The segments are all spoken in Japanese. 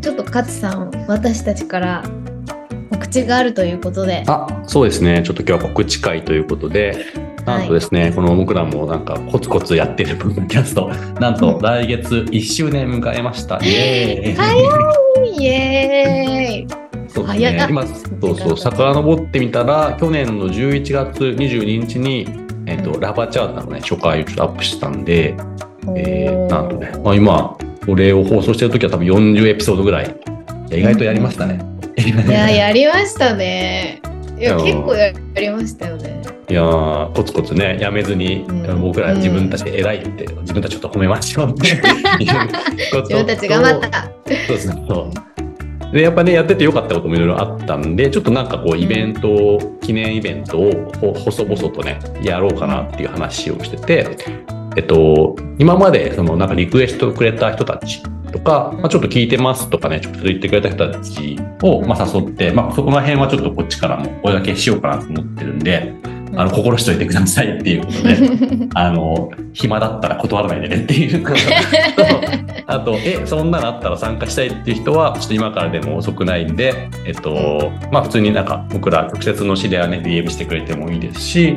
ちょっと勝さん、私たちから告知があるということで。 そうですね。ちょっと今日は告知会ということで、なんとですね、この僕らもなんかコツコツやってるポッドキャスト、なんと来月1周年迎えました。イエーイ。 早い、イエーイ。 そうですね。今、遡ってみたら、去年の11月22日に、ラバーチャーターのね、初回をちょっとアップしたんで、なんとね、今、これを放送してるときは多分40エピソードぐらい。意外とやりましたね。 いや、やりましたね。いや、結構やりましたよね。 いやー、コツコツね、やめずに、僕ら自分たち偉いって、自分たちちょっと褒めましょうっていうこと自分たち頑張った。 そうですね。で、やっぱね、やっててよかったこともいろいろあったんで、ちょっとなんかこう、イベント、記念イベントを細々とね、やろうかなっていう話をしてて、今までそのなんかリクエストくれた人たちとか、ちょっと聞いてますとかね、ちょっと言ってくれた人たちを誘って、そこら辺はちょっとこっちからもお声掛けしようかなと思ってるんで、心しといてくださいっていうことで、暇だったら断らないでねっていうことと、あと、そんなのあったら参加したいっていう人は、ちょっと今からでも遅くないんで、普通になんか僕ら直接の知り合いね、DM してくれてもいいですし、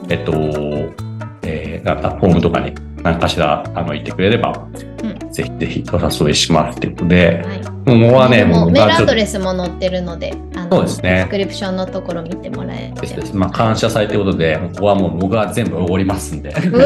なんかフォームとかに何かしら言ってくれれば、ぜひぜひお誘いしますっていうことで、 もうね、メールアドレスも載ってるので、 そうですね、 ディスクリプションのところ見てもらえて、 感謝祭ということで、ここはもう僕は全部おごりますんで。 太っ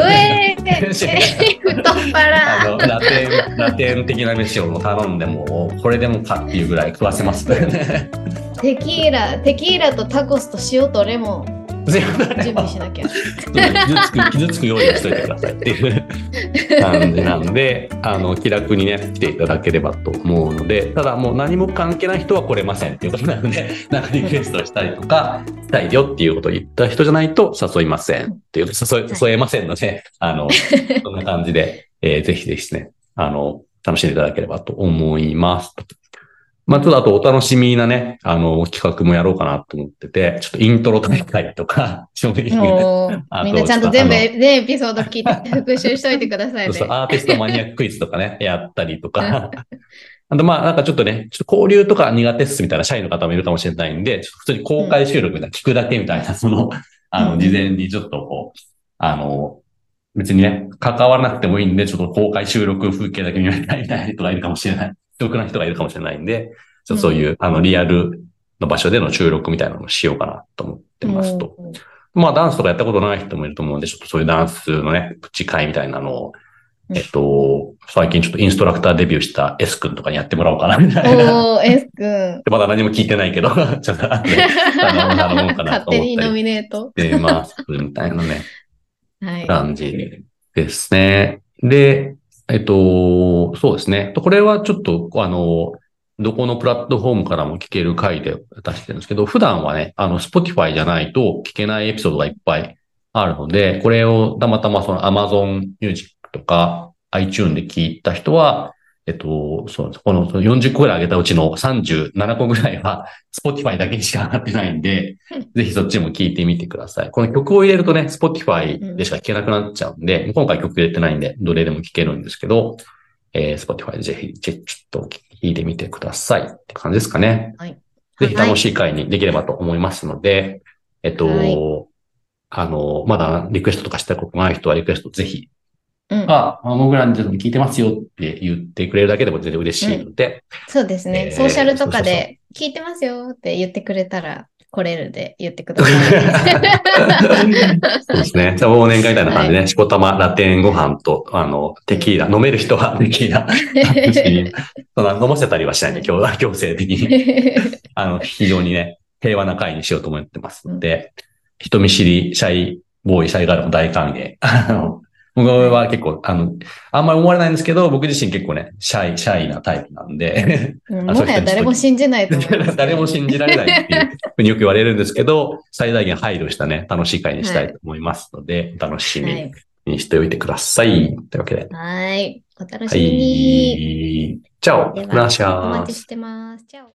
腹ラテン的な飯を頼んでも、これでもかっていうぐらい食わせますね。 テキーラとタコスと塩とレモン。準備しなきゃ。 傷つくようにしといてくださいっていう感じなんで、気楽にね、来ていただければと思うので、ただもう何も関係ない人は来れませんっていうことなので、なんかリクエストしたりとか、したいよっていうことを言った人じゃないと誘いませんっていう、誘えませんので、そんな感じで、ぜひぜひね、楽しんでいただければと思います。ちょっとあとお楽しみなね、企画もやろうかなと思ってて、ちょっとイントロ大会とか、 みんなちゃんと全エピソード聞いて復習しといてくださいね。 そうアーティストマニアッククイズとかね、やったりとか。あとなんかちょっとね、ちょっと交流とか苦手っすみたいな社員の方もいるかもしれないんで、ちょっと普通に公開収録みたいな、聞くだけみたいな、事前にちょっとこう、別にね、関わらなくてもいいんで、ちょっと公開収録風景だけ見られたいみたいな人がいるかもしれない。得な人がいるかもしれないんで、そういう、リアルの場所での収録みたいなのをしようかなと思ってますと。ダンスとかやったことない人もいると思うんで、ちょっとそういうダンスのね、プチ会みたいなのを、最近ちょっとインストラクターデビューした S 君とかにやってもらおうかな、みたいな。 S 君。 まだ何も聞いてないけど、ちょっと頼もうかなと思ったり。 勝手にノミネート。 してます、みたいなね、感じですね。で、そうですね。これはちょっと、どこのプラットフォームからも聞ける回で出してるんですけど、普段はね、Spotify じゃないと聞けないエピソードがいっぱいあるので、これをたまたまその Amazon Music とか iTunes で聞いた人は、そうこの40個ぐらい上げたうちの37個ぐらいは Spotify だけにしか上がってないんで、ぜひそっちも聞いてみてください。この曲を入れるとね、Spotify でしか聞けなくなっちゃうんで、今回曲入れてないんで、どれでも聞けるんですけど、Spotify でぜひ、ちょっと聞いてみてくださいって感じですかね。 はい。 ぜひ楽しい回にできればと思いますので、まだリクエストとかしたことない人はリクエストぜひ、僕らに聞いてますよって言ってくれるだけでも全然嬉しいので。 そうですね。ソーシャルとかで聞いてますよって言ってくれたら、来れるで言ってください。 そうですね。じゃあ忘年会みたいな感じでね、しこたまラテンご飯と、テキーラ、飲める人はテキーラ、飲ませたりはしないんで、強制的に。非常にね、平和な会にしようと思ってますので、人見知り、シャイボーイ、シャイガールも大歓迎。僕は結構、あんまり思われないんですけど、僕自身結構ね、シャイなタイプなんで。 もはや誰も信じないと思う。 誰も信じられないっていうふうによく言われるんですけど、最大限配慮したね、楽しい会にしたいと思いますので、楽しみにしておいてください。というわけで。 はい。お楽しみに。 チャオ。グラシャー。 お待ちしてます。チャオ。